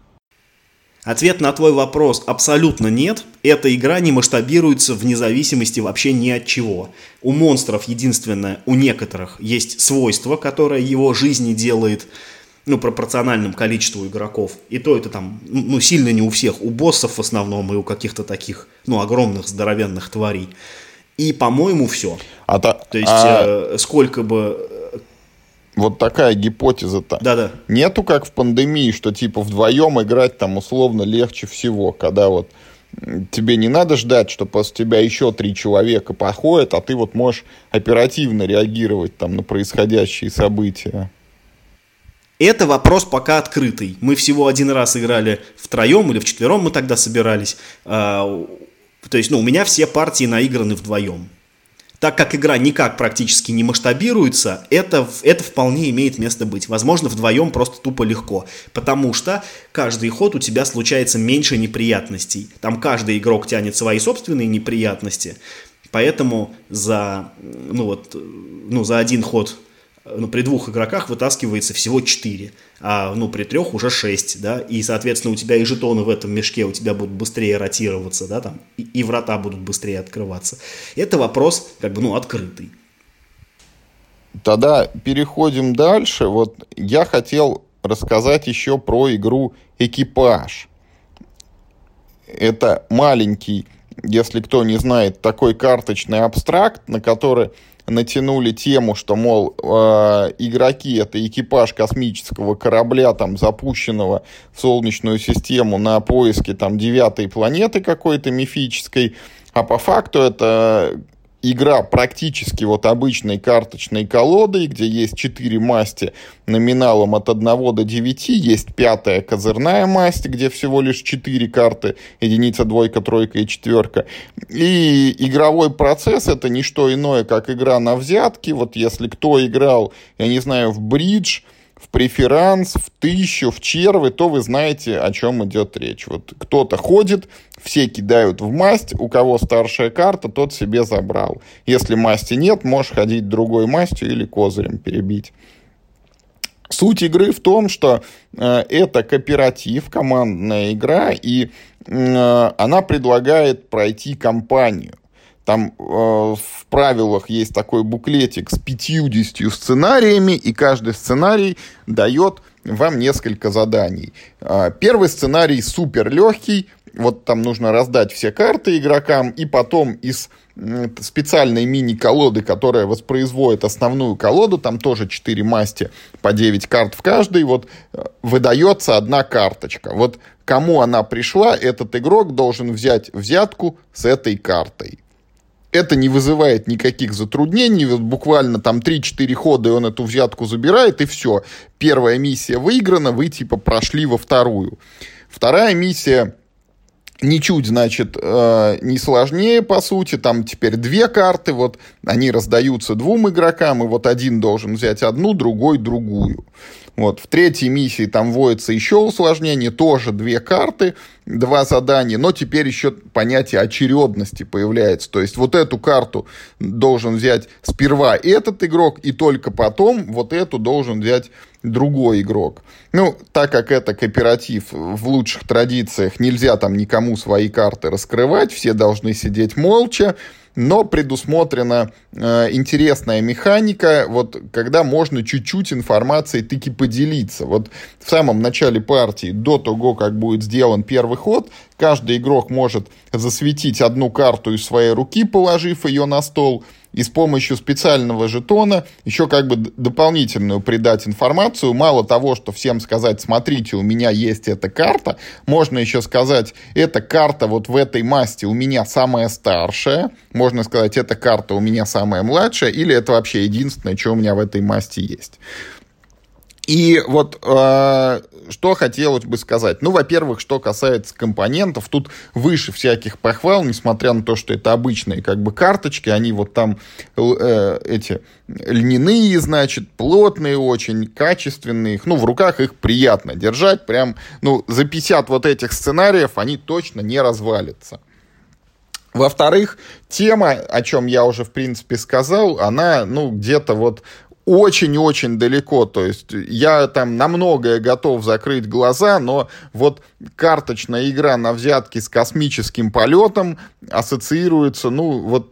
Ответ на твой вопрос абсолютно нет. Эта игра не масштабируется вне зависимости вообще ни от чего. У монстров единственное, у некоторых есть свойство, которое его жизни делает, ну, пропорциональным количеству игроков. И то это там, ну, сильно не у всех. У боссов в основном и у каких-то таких, ну, огромных здоровенных тварей. И, по-моему, все. А та, То есть, а... э, сколько бы... Вот такая гипотеза-то. Да-да. Нету, как в пандемии, что типа вдвоем играть там условно легче всего, когда вот тебе не надо ждать, что после тебя еще три человека походят, а ты вот можешь оперативно реагировать там на происходящие события. Это вопрос пока открытый. Мы всего один раз играли втроем или вчетвером мы тогда собирались. То есть, ну, у меня все партии наиграны вдвоем. Так как игра никак практически не масштабируется, это, это вполне имеет место быть. Возможно, вдвоем просто тупо легко. Потому что каждый ход у тебя случается меньше неприятностей. Там каждый игрок тянет свои собственные неприятности. Поэтому за, ну вот, ну, за один ход, ну, при двух игроках вытаскивается всего четыре, а ну, при трех уже шесть, да, и, соответственно, у тебя и жетоны в этом мешке у тебя будут быстрее ротироваться, да, там, и, и врата будут быстрее открываться. Это вопрос, как бы, ну, открытый. Тогда переходим дальше. Вот я хотел рассказать еще про игру «Экипаж». Это маленький, если кто не знает, такой карточный абстракт, на который натянули тему, что, мол, э, игроки — это экипаж космического корабля, там, запущенного в Солнечную систему на поиске там девятой планеты какой-то мифической, а по факту это игра практически вот обычной карточной колодой, где есть четыре масти номиналом от одного до девяти, есть пятая козырная масть, где всего лишь четыре карты, единица, двойка, тройка и четверка. И игровой процесс — это не что иное, как игра на взятки. Вот если кто играл, я не знаю, в бридж, в преферанс, в тысячу, в червы, то вы знаете, о чем идет речь. Вот кто-то ходит, все кидают в масть, у кого старшая карта, тот себе забрал. Если масти нет, можешь ходить другой мастью или козырем перебить. Суть игры в том, что э, это кооператив, командная игра, и э, она предлагает пройти кампанию. Там э, в правилах есть такой буклетик с пятьюдесятью сценариями, и каждый сценарий дает вам несколько заданий. Э, первый сценарий супер легкий. Вот там нужно раздать все карты игрокам, и потом из э, специальной мини-колоды, которая воспроизводит основную колоду, там тоже четыре масти по девять карт в каждой, вот э, выдается одна карточка. Вот кому она пришла, этот игрок должен взять взятку с этой картой. Это не вызывает никаких затруднений, вот буквально там три-четыре хода, и он эту взятку забирает, и все. Первая миссия выиграна, вы типа прошли во вторую. Вторая миссия ничуть, значит, э, не сложнее, по сути. Там теперь две карты, вот они раздаются двум игрокам, и вот один должен взять одну, другой другую. Вот. В третьей миссии там вводится еще усложнение, тоже две карты, два задания, но теперь еще понятие очередности появляется. То есть вот эту карту должен взять сперва этот игрок, и только потом вот эту должен взять другой игрок. Ну, так как это кооператив, в лучших традициях нельзя там никому свои карты раскрывать, все должны сидеть молча, но предусмотрена э, интересная механика, вот, когда можно чуть-чуть информацией таки поделиться. Вот в самом начале партии, до того, как будет сделан первый ход, каждый игрок может засветить одну карту из своей руки, положив ее на стол, и с помощью специального жетона еще как бы дополнительную придать информацию. Мало того, что всем сказать: смотрите, у меня есть эта карта, можно еще сказать: эта карта вот в этой масти у меня самая старшая, можно сказать: эта карта у меня самая младшая, или это вообще единственное, что у меня в этой масти есть. И вот э, что хотелось бы сказать. Ну, во-первых, что касается компонентов, тут выше всяких похвал, несмотря на то, что это обычные как бы карточки, они вот там э, эти льняные, значит, плотные очень, качественные, их, ну, в руках их приятно держать, прям, ну, за пятьдесят вот этих сценариев они точно не развалятся. Во-вторых, тема, о чем я уже, в принципе, сказал, она, ну, где-то вот очень-очень далеко, то есть я там на многое готов закрыть глаза, но вот карточная игра на взятки с космическим полетом ассоциируется, ну, вот,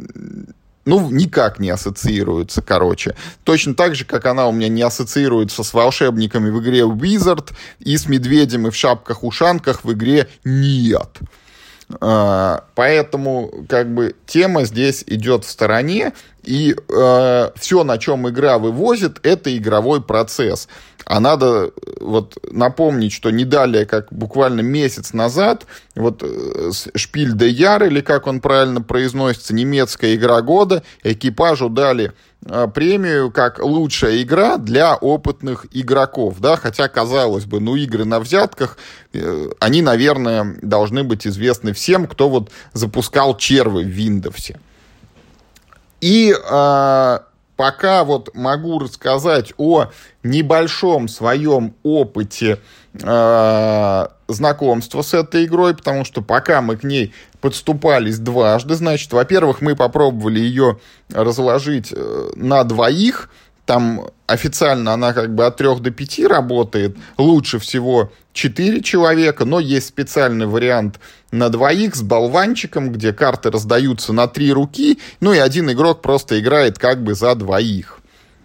ну, никак не ассоциируется, короче. Точно так же, как она у меня не ассоциируется с волшебниками в игре Wizard и с медведями в шапках-ушанках в игре «Нет». Поэтому как бы тема здесь идет в стороне, и э, все, на чем игра вывозит, это игровой процесс. А надо вот напомнить, что не далее, как буквально месяц назад, вот Шпиль де Яр, или как он правильно произносится, немецкая игра года, экипажу дали э, премию как лучшая игра для опытных игроков, да, хотя, казалось бы, ну, игры на взятках, э, они, наверное, должны быть известны всем, кто вот запускал червы в Windows. И э, пока вот могу рассказать о небольшом своем опыте э, знакомства с этой игрой, потому что пока мы к ней подступались дважды, значит, во-первых, мы попробовали ее разложить на двоих. Там официально она как бы от трех до пяти работает, лучше всего четыре человека, но есть специальный вариант на двоих с болванчиком, где карты раздаются на три руки, ну и один игрок просто играет как бы за двоих.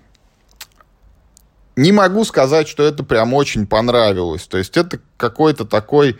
Не могу сказать, что это прям очень понравилось, то есть это какой-то такой,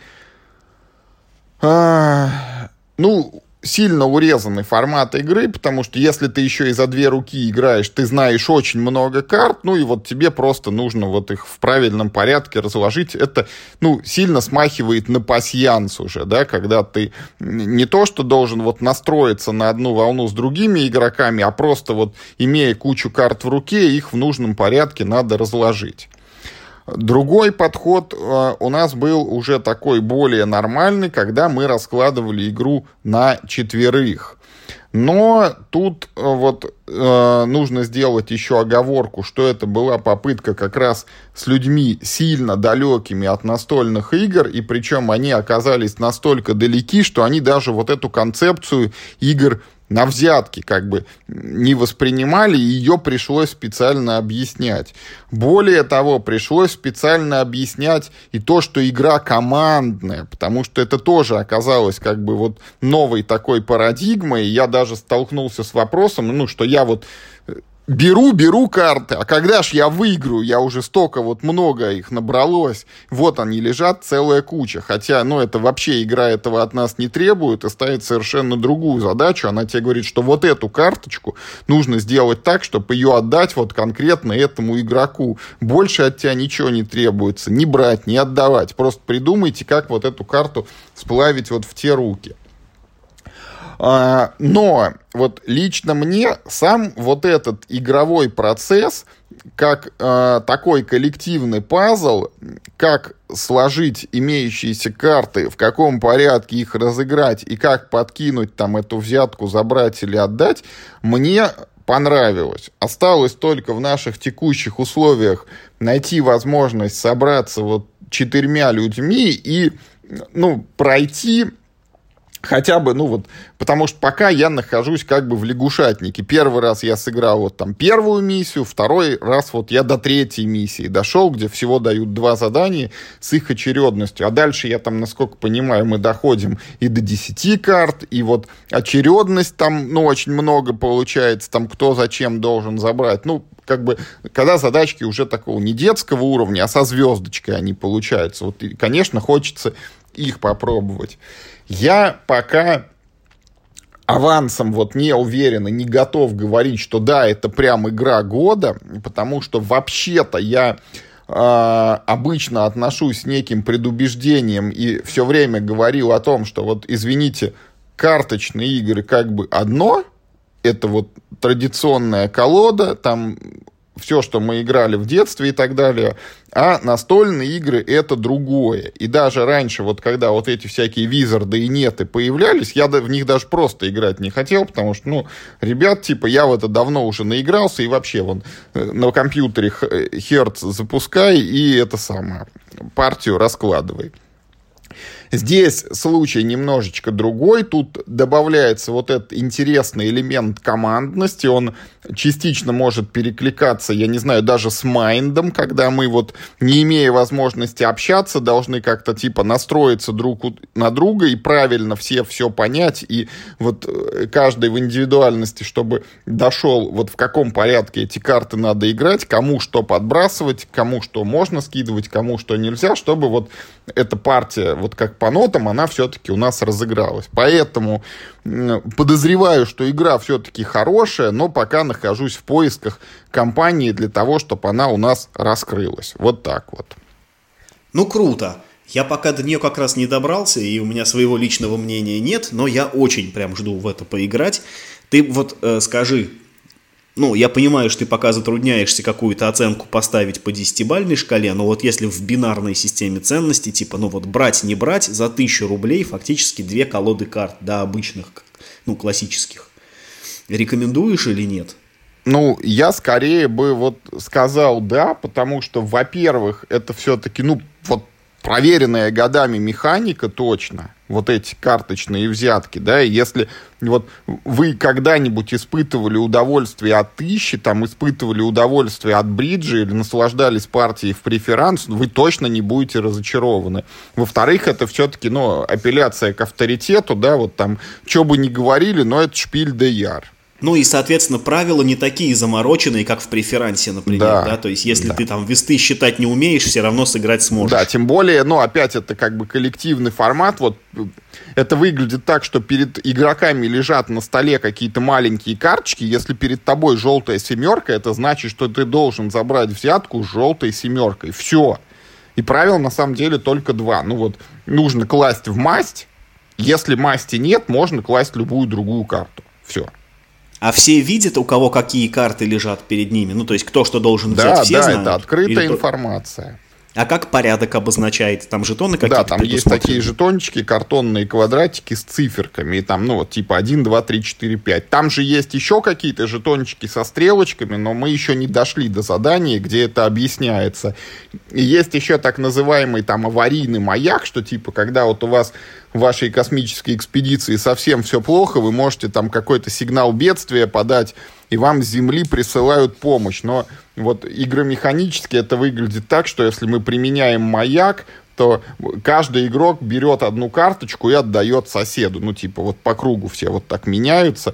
а, ну... сильно урезанный формат игры, потому что если ты еще и за две руки играешь, ты знаешь очень много карт, ну и вот тебе просто нужно вот их в правильном порядке разложить. Это, ну, сильно смахивает на пасьянс уже, да, когда ты не то, что должен вот настроиться на одну волну с другими игроками, а просто вот, имея кучу карт в руке, их в нужном порядке надо разложить. Другой подход э, у нас был уже такой более нормальный, когда мы раскладывали игру на четверых. Но тут э, вот э, нужно сделать еще оговорку, что это была попытка как раз с людьми сильно далекими от настольных игр, и причем они оказались настолько далеки, что они даже вот эту концепцию игр на взятки как бы не воспринимали, и ее пришлось специально объяснять. Более того, пришлось специально объяснять и то, что игра командная, потому что это тоже оказалось как бы вот новой такой парадигмой. Я даже столкнулся с вопросом, ну, что я вот беру, беру карты, а когда ж я выиграю, я уже столько вот много их набралось, вот они лежат, целая куча, хотя, ну, это вообще игра этого от нас не требует и ставит совершенно другую задачу, она тебе говорит, что вот эту карточку нужно сделать так, чтобы ее отдать вот конкретно этому игроку, больше от тебя ничего не требуется, не брать, не отдавать, просто придумайте, как вот эту карту сплавить вот в те руки. Но вот лично мне сам вот этот игровой процесс, как э, такой коллективный пазл, как сложить имеющиеся карты, в каком порядке их разыграть и как подкинуть там эту взятку, забрать или отдать, мне понравилось. Осталось только в наших текущих условиях найти возможность собраться вот четырьмя людьми и, ну, пройти... Хотя бы, ну вот, потому что пока я нахожусь как бы в лягушатнике. Первый раз я сыграл вот там первую миссию, второй раз вот я до третьей миссии дошел, где всего дают два задания с их очередностью. А дальше я там, насколько понимаю, мы доходим и до десяти карт, и вот очередность там, ну, очень много получается, там кто зачем должен забрать. Ну, как бы, когда задачки уже такого не детского уровня, а со звездочкой они получаются. Вот, и, конечно, хочется их попробовать. Я пока авансом вот не уверен и не готов говорить, что да, это прям игра года, потому что вообще-то я э, обычно отношусь с неким предубеждением и все время говорил о том, что вот, извините, карточные игры как бы одно, это вот традиционная колода, там все, что мы играли в детстве и так далее, а настольные игры — это другое. И даже раньше, вот когда вот эти всякие визарды и неты появлялись, я в них даже просто играть не хотел, потому что, ну, ребят, типа, я в это давно уже наигрался, и вообще, вон, на компьютере Hertz запускай, и это самое, партию раскладывай. Здесь случай немножечко другой, тут добавляется вот этот интересный элемент командности, он частично может перекликаться, я не знаю, даже с майндом, когда мы вот, не имея возможности общаться, должны как-то типа настроиться друг на друга и правильно все все понять, и вот каждый в индивидуальности, чтобы дошел, вот в каком порядке эти карты надо играть, кому что подбрасывать, кому что можно скидывать, кому что нельзя, чтобы вот эта партия, вот как по нотам она все-таки у нас разыгралась. Поэтому подозреваю, что игра все-таки хорошая, но пока нахожусь в поисках компании для того, чтобы она у нас раскрылась. Вот так вот. Ну, круто. Я пока до нее как раз не добрался, и у меня своего личного мнения нет, но я очень прям жду в это поиграть. Ты вот э, скажи, ну, я понимаю, что ты пока затрудняешься какую-то оценку поставить по десятибалльной шкале, но вот если в бинарной системе ценностей, типа, ну вот брать, не брать, за тысячу рублей фактически две колоды карт, да, обычных, ну, классических. Рекомендуешь или нет? Ну, я скорее бы вот сказал да, потому что, во-первых, это все-таки, ну, вот проверенная годами механика точно, вот эти карточные взятки, да, и если вот вы когда-нибудь испытывали удовольствие от тысячи, там, испытывали удовольствие от бриджа или наслаждались партией в преферанс, вы точно не будете разочарованы. Во-вторых, это все-таки, ну, апелляция к авторитету, да, вот там, что бы ни говорили, но это шпиль де яр. Ну и, соответственно, правила не такие замороченные, как в преферансе, например, да, да? То есть, если да. ты там весты считать не умеешь, все равно сыграть сможешь. Да, тем более, ну, опять, это как бы коллективный формат, вот, это выглядит так, что перед игроками лежат на столе какие-то маленькие карточки, если перед тобой желтая семерка, это значит, что ты должен забрать взятку с желтой семеркой, все. И правил, на самом деле, только два, ну, вот, нужно класть в масть, если масти нет, можно класть любую другую карту, все. А все видят, у кого какие карты лежат перед ними? Ну, то есть, кто что должен взять, да, все да, знают? Да, это открытая Или информация. А как порядок обозначает? Там жетоны какие-то? Да, там есть такие жетончики, картонные квадратики с циферками. И там, ну, вот, типа один, два, три, четыре, пять. Там же есть еще какие-то жетончики со стрелочками, но мы еще не дошли до задания, где это объясняется. И есть еще так называемый там аварийный маяк, что типа, когда вот у вас в вашей космической экспедиции совсем все плохо, вы можете там какой-то сигнал бедствия подать, и вам с Земли присылают помощь. Но вот игромеханически это выглядит так, что если мы применяем маяк, то каждый игрок берет одну карточку и отдает соседу. Ну, типа, вот по кругу все вот так меняются.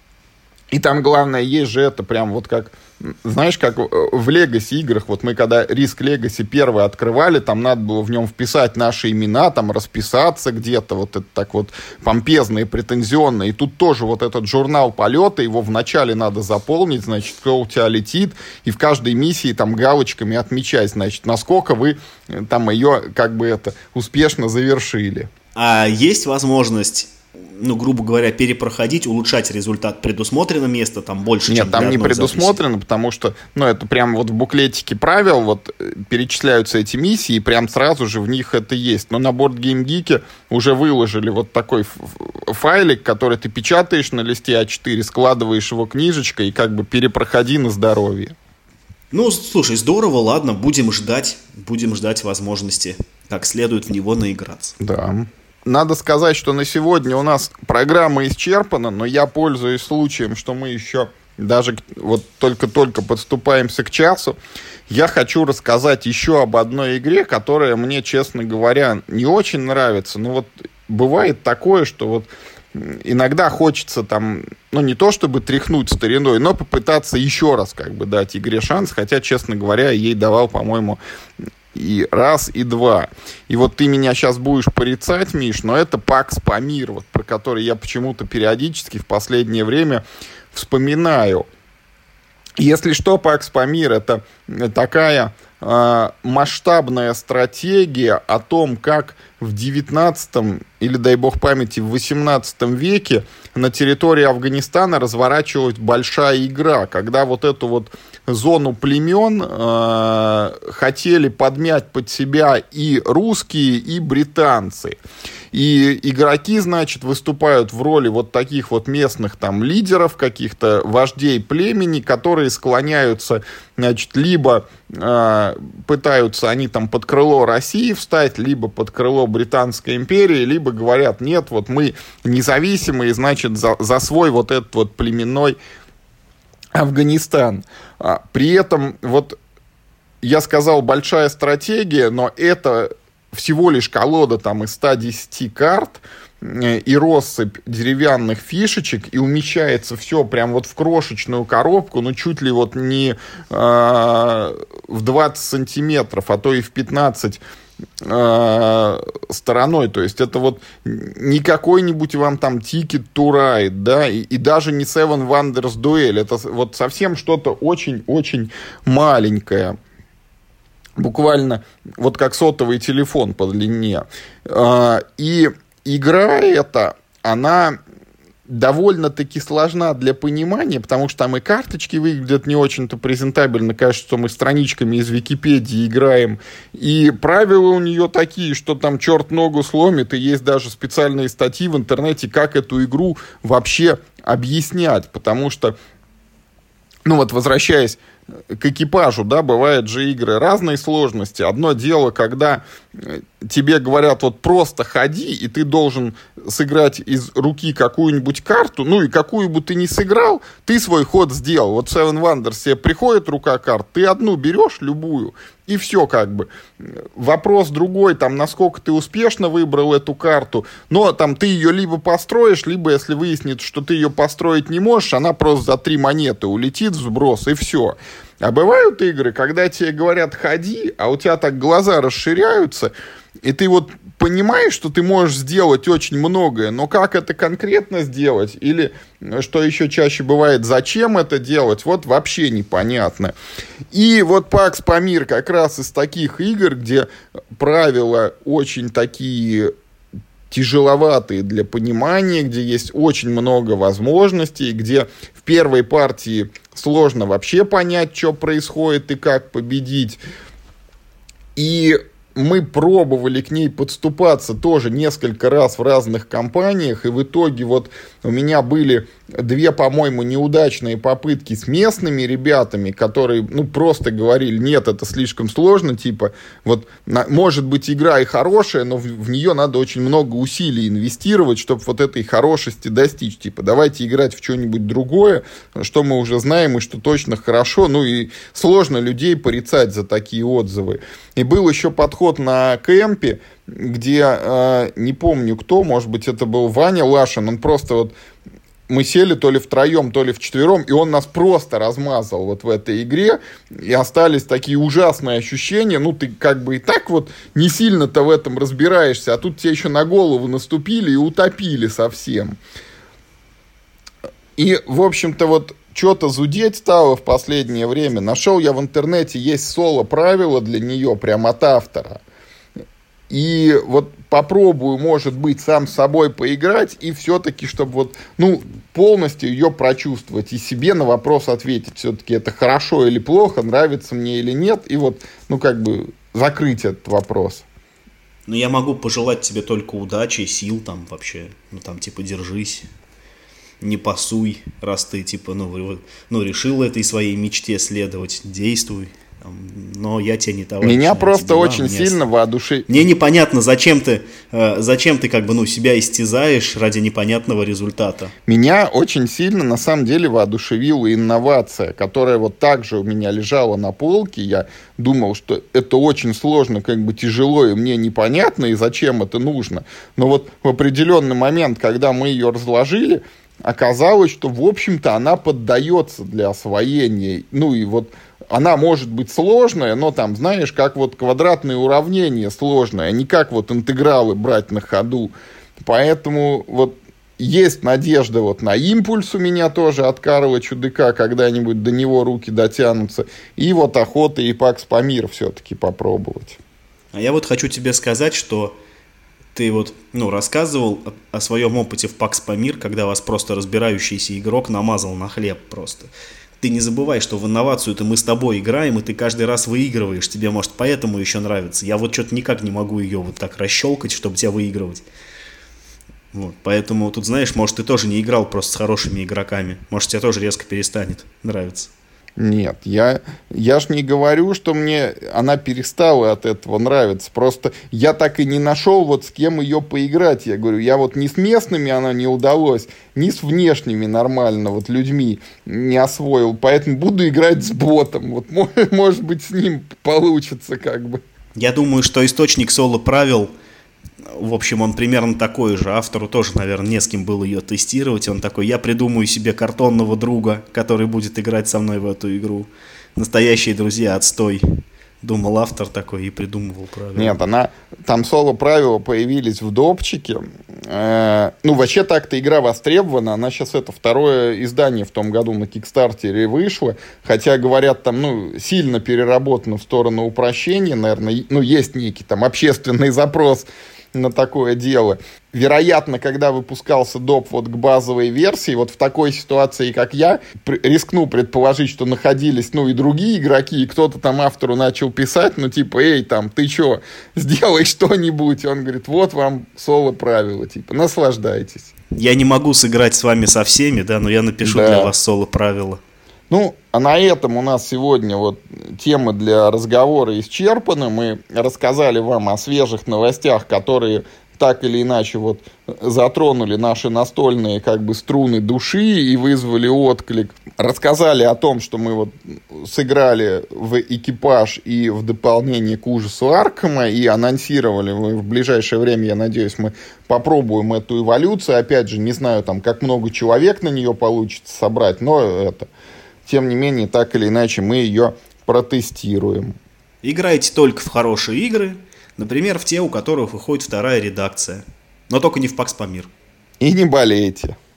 И там, главное, есть же это прям вот как... Знаешь, как в Legacy играх, вот мы когда Risk Legacy первый открывали, там надо было в нем вписать наши имена, там расписаться где-то, вот это так вот помпезно и претензионно. И тут тоже вот этот журнал полета, его вначале надо заполнить, значит, кто у тебя летит, и в каждой миссии там галочками отмечать, значит, насколько вы там ее как бы это успешно завершили. А есть возможность... ну, грубо говоря, перепроходить, улучшать результат? Предусмотрено место там больше, Нет, чем там для не одной предусмотрено, записи? Потому что, ну, это прямо вот в буклетике правил, вот перечисляются эти миссии, и прям сразу же в них это есть. Но на BoardGameGeek уже выложили вот такой файлик, который ты печатаешь на листе а четыре, складываешь его книжечкой и как бы перепроходи на здоровье. Ну, слушай, здорово, ладно, будем ждать, будем ждать возможности как следует в него наиграться. Да. Надо сказать, что на сегодня у нас программа исчерпана, но я пользуюсь случаем, что мы еще даже вот только-только подступаемся к часу. Я хочу рассказать еще об одной игре, которая мне, честно говоря, не очень нравится. Но вот бывает такое, что вот иногда хочется там, ну, не то чтобы тряхнуть стариной, но попытаться еще раз как бы дать игре шанс, хотя, честно говоря, ей давал, по-моему, и раз, и два. И вот ты меня сейчас будешь порицать, Миш, но это Пакс Памир, вот, про который я почему-то периодически в последнее время вспоминаю. Если что, Пакс Памир — это такая э, масштабная стратегия о том, как в девятнадцатом или, дай бог памяти, в восемнадцатом веке на территории Афганистана разворачивалась большая игра, когда вот эту вот зону племен э, хотели подмять под себя и русские, и британцы. И игроки, значит, выступают в роли вот таких вот местных там лидеров, каких-то вождей племени, которые склоняются, значит, либо э, пытаются они там под крыло России встать, либо под крыло Британской империи, либо говорят, нет, вот мы независимые, значит, за, за свой вот этот вот племенной Афганистан. А, при этом, вот я сказал, большая стратегия, но это всего лишь колода там из ста десяти карт и россыпь деревянных фишечек, и умещается все прям вот в крошечную коробку, ну чуть ли вот не э, в двадцать сантиметров, а то и в пятнадцать э, стороной. То есть это вот не какой-нибудь вам там Ticket to Ride, да, и, и даже не Seven Wonders Duel. Это вот совсем что-то очень-очень маленькое. Буквально вот как сотовый телефон по длине. Э, и игра эта, она довольно-таки сложна для понимания, потому что там и карточки выглядят не очень-то презентабельно. Кажется, что мы страничками из Википедии играем. И правила у нее такие, что там черт ногу сломит, и есть даже специальные статьи в интернете, как эту игру вообще объяснять. Потому что, ну вот возвращаясь к экипажу, да, бывают же игры разной сложности. Одно дело, когда тебе говорят, вот просто ходи, и ты должен сыграть из руки какую-нибудь карту, ну и какую бы ты ни сыграл, ты свой ход сделал. Вот Seven Wonders тебе приходит рука карт, ты одну берешь, любую, и все как бы. Вопрос другой, там, насколько ты успешно выбрал эту карту, но там ты ее либо построишь, либо, если выяснится, что ты ее построить не можешь, она просто за три монеты улетит в сброс, и все. А бывают игры, когда тебе говорят «ходи», а у тебя так глаза расширяются, и ты вот понимаешь, что ты можешь сделать очень многое, но как это конкретно сделать, или, что еще чаще бывает, зачем это делать, вот вообще непонятно. И вот Pax Pamir как раз из таких игр, где правила очень такие тяжеловатые для понимания, где есть очень много возможностей, где в первой партии сложно вообще понять, что происходит и как победить. И мы пробовали к ней подступаться тоже несколько раз в разных компаниях, и в итоге вот у меня были две, по-моему, неудачные попытки с местными ребятами, которые, ну, просто говорили, нет, это слишком сложно, типа, вот, на, может быть, игра и хорошая, но в, в нее надо очень много усилий инвестировать, чтобы вот этой хорошести достичь, типа, давайте играть в что-нибудь другое, что мы уже знаем и что точно хорошо, ну, и сложно людей порицать за такие отзывы. И был еще подход на кемпе, где, э, не помню кто, может быть, это был Ваня Лашин, он просто вот, мы сели то ли втроем, то ли вчетвером, и он нас просто размазал вот в этой игре, и остались такие ужасные ощущения, ну, ты как бы и так вот не сильно-то в этом разбираешься, а тут тебе еще на голову наступили и утопили совсем. И, в общем-то, вот что-то зудеть стало в последнее время. Нашел я в интернете, есть соло-правила для нее, прям от автора. И вот попробую, может быть, сам с собой поиграть, и все-таки, чтобы вот, ну, полностью ее прочувствовать, и себе на вопрос ответить, все-таки это хорошо или плохо, нравится мне или нет, и вот, ну, как бы закрыть этот вопрос. Ну, я могу пожелать тебе только удачи, сил там вообще, ну, там, типа, держись, не пасуй, раз ты, типа, ну, ну решил этой своей мечте следовать, действуй. Но я тебе не товарищ. Меня просто дела, очень мне... сильно воодушевило. Мне непонятно, зачем ты, э, зачем ты как бы, ну, себя истязаешь ради непонятного результата. Меня очень сильно, на самом деле, воодушевила инновация, которая вот так же у меня лежала на полке. Я думал, что это очень сложно, как бы тяжело, и мне непонятно, и зачем это нужно. Но вот в определенный момент, когда мы ее разложили, оказалось, что, в общем-то, она поддается для освоения. Ну, и вот она может быть сложная, но там, знаешь, как вот квадратные уравнения сложные, а не как вот интегралы брать на ходу. Поэтому вот есть надежда вот на импульс у меня тоже от Карла Чудыка, когда-нибудь до него руки дотянутся. И вот охота и Pax Pamir все-таки попробовать. А я вот хочу тебе сказать, что ты вот, ну, рассказывал о, о своем опыте в Pax Pamir, когда вас просто разбирающийся игрок намазал на хлеб просто. Ты не забывай, что в инновацию-то мы с тобой играем, и ты каждый раз выигрываешь. Тебе, может, поэтому еще нравится. Я вот что-то никак не могу ее вот так расщелкать, чтобы тебя выигрывать. Вот. Поэтому тут, знаешь, может, ты тоже не играл просто с хорошими игроками. Может, тебе тоже резко перестанет нравиться. Нет, я, я ж не говорю, что мне она перестала от этого нравиться. Просто я так и не нашел, вот с кем ее поиграть. Я говорю, я вот ни с местными она не удалось, ни с внешними нормально вот людьми не освоил. Поэтому буду играть с ботом. Вот, может быть, с ним получится как бы. Я думаю, что источник соло-правил, в общем, он примерно такой же. Автору тоже, наверное, не с кем было ее тестировать. Он такой, я придумаю себе картонного друга, который будет играть со мной в эту игру. Настоящие друзья, отстой. Думал, автор такой и придумывал правила. Нет, она... Там соло-правила появились в допчике. Э, ну, вообще так-то игра востребована. Она сейчас, это второе издание в том году на Кикстартере вышло. Хотя, говорят, там, ну, сильно переработано в сторону упрощения, наверное. Ну, есть некий там общественный запрос на такое дело. Вероятно, когда выпускался доп вот к базовой версии, вот в такой ситуации, как я, рискну предположить, что находились, ну, и другие игроки, и кто-то там автору начал писать, ну, типа, эй, там, ты чё, сделай что-нибудь. И он говорит, вот вам соло-правила, типа, наслаждайтесь. Я не могу сыграть с вами со всеми, да, но я напишу да. для вас соло-правила. Ну, а на этом у нас сегодня вот тема для разговора исчерпана. Мы рассказали вам о свежих новостях, которые так или иначе вот затронули наши настольные как бы струны души и вызвали отклик. Рассказали о том, что мы вот сыграли в экипаж и в дополнение к ужасу Аркхема, и анонсировали мы в ближайшее время, я надеюсь, мы попробуем эту эволюцию. Опять же, не знаю, там, как много человек на нее получится собрать, но это... Тем не менее, так или иначе, мы ее протестируем. Играйте только в хорошие игры, например, в те, у которых выходит вторая редакция. Но только не в Пакс Памир. И не болейте.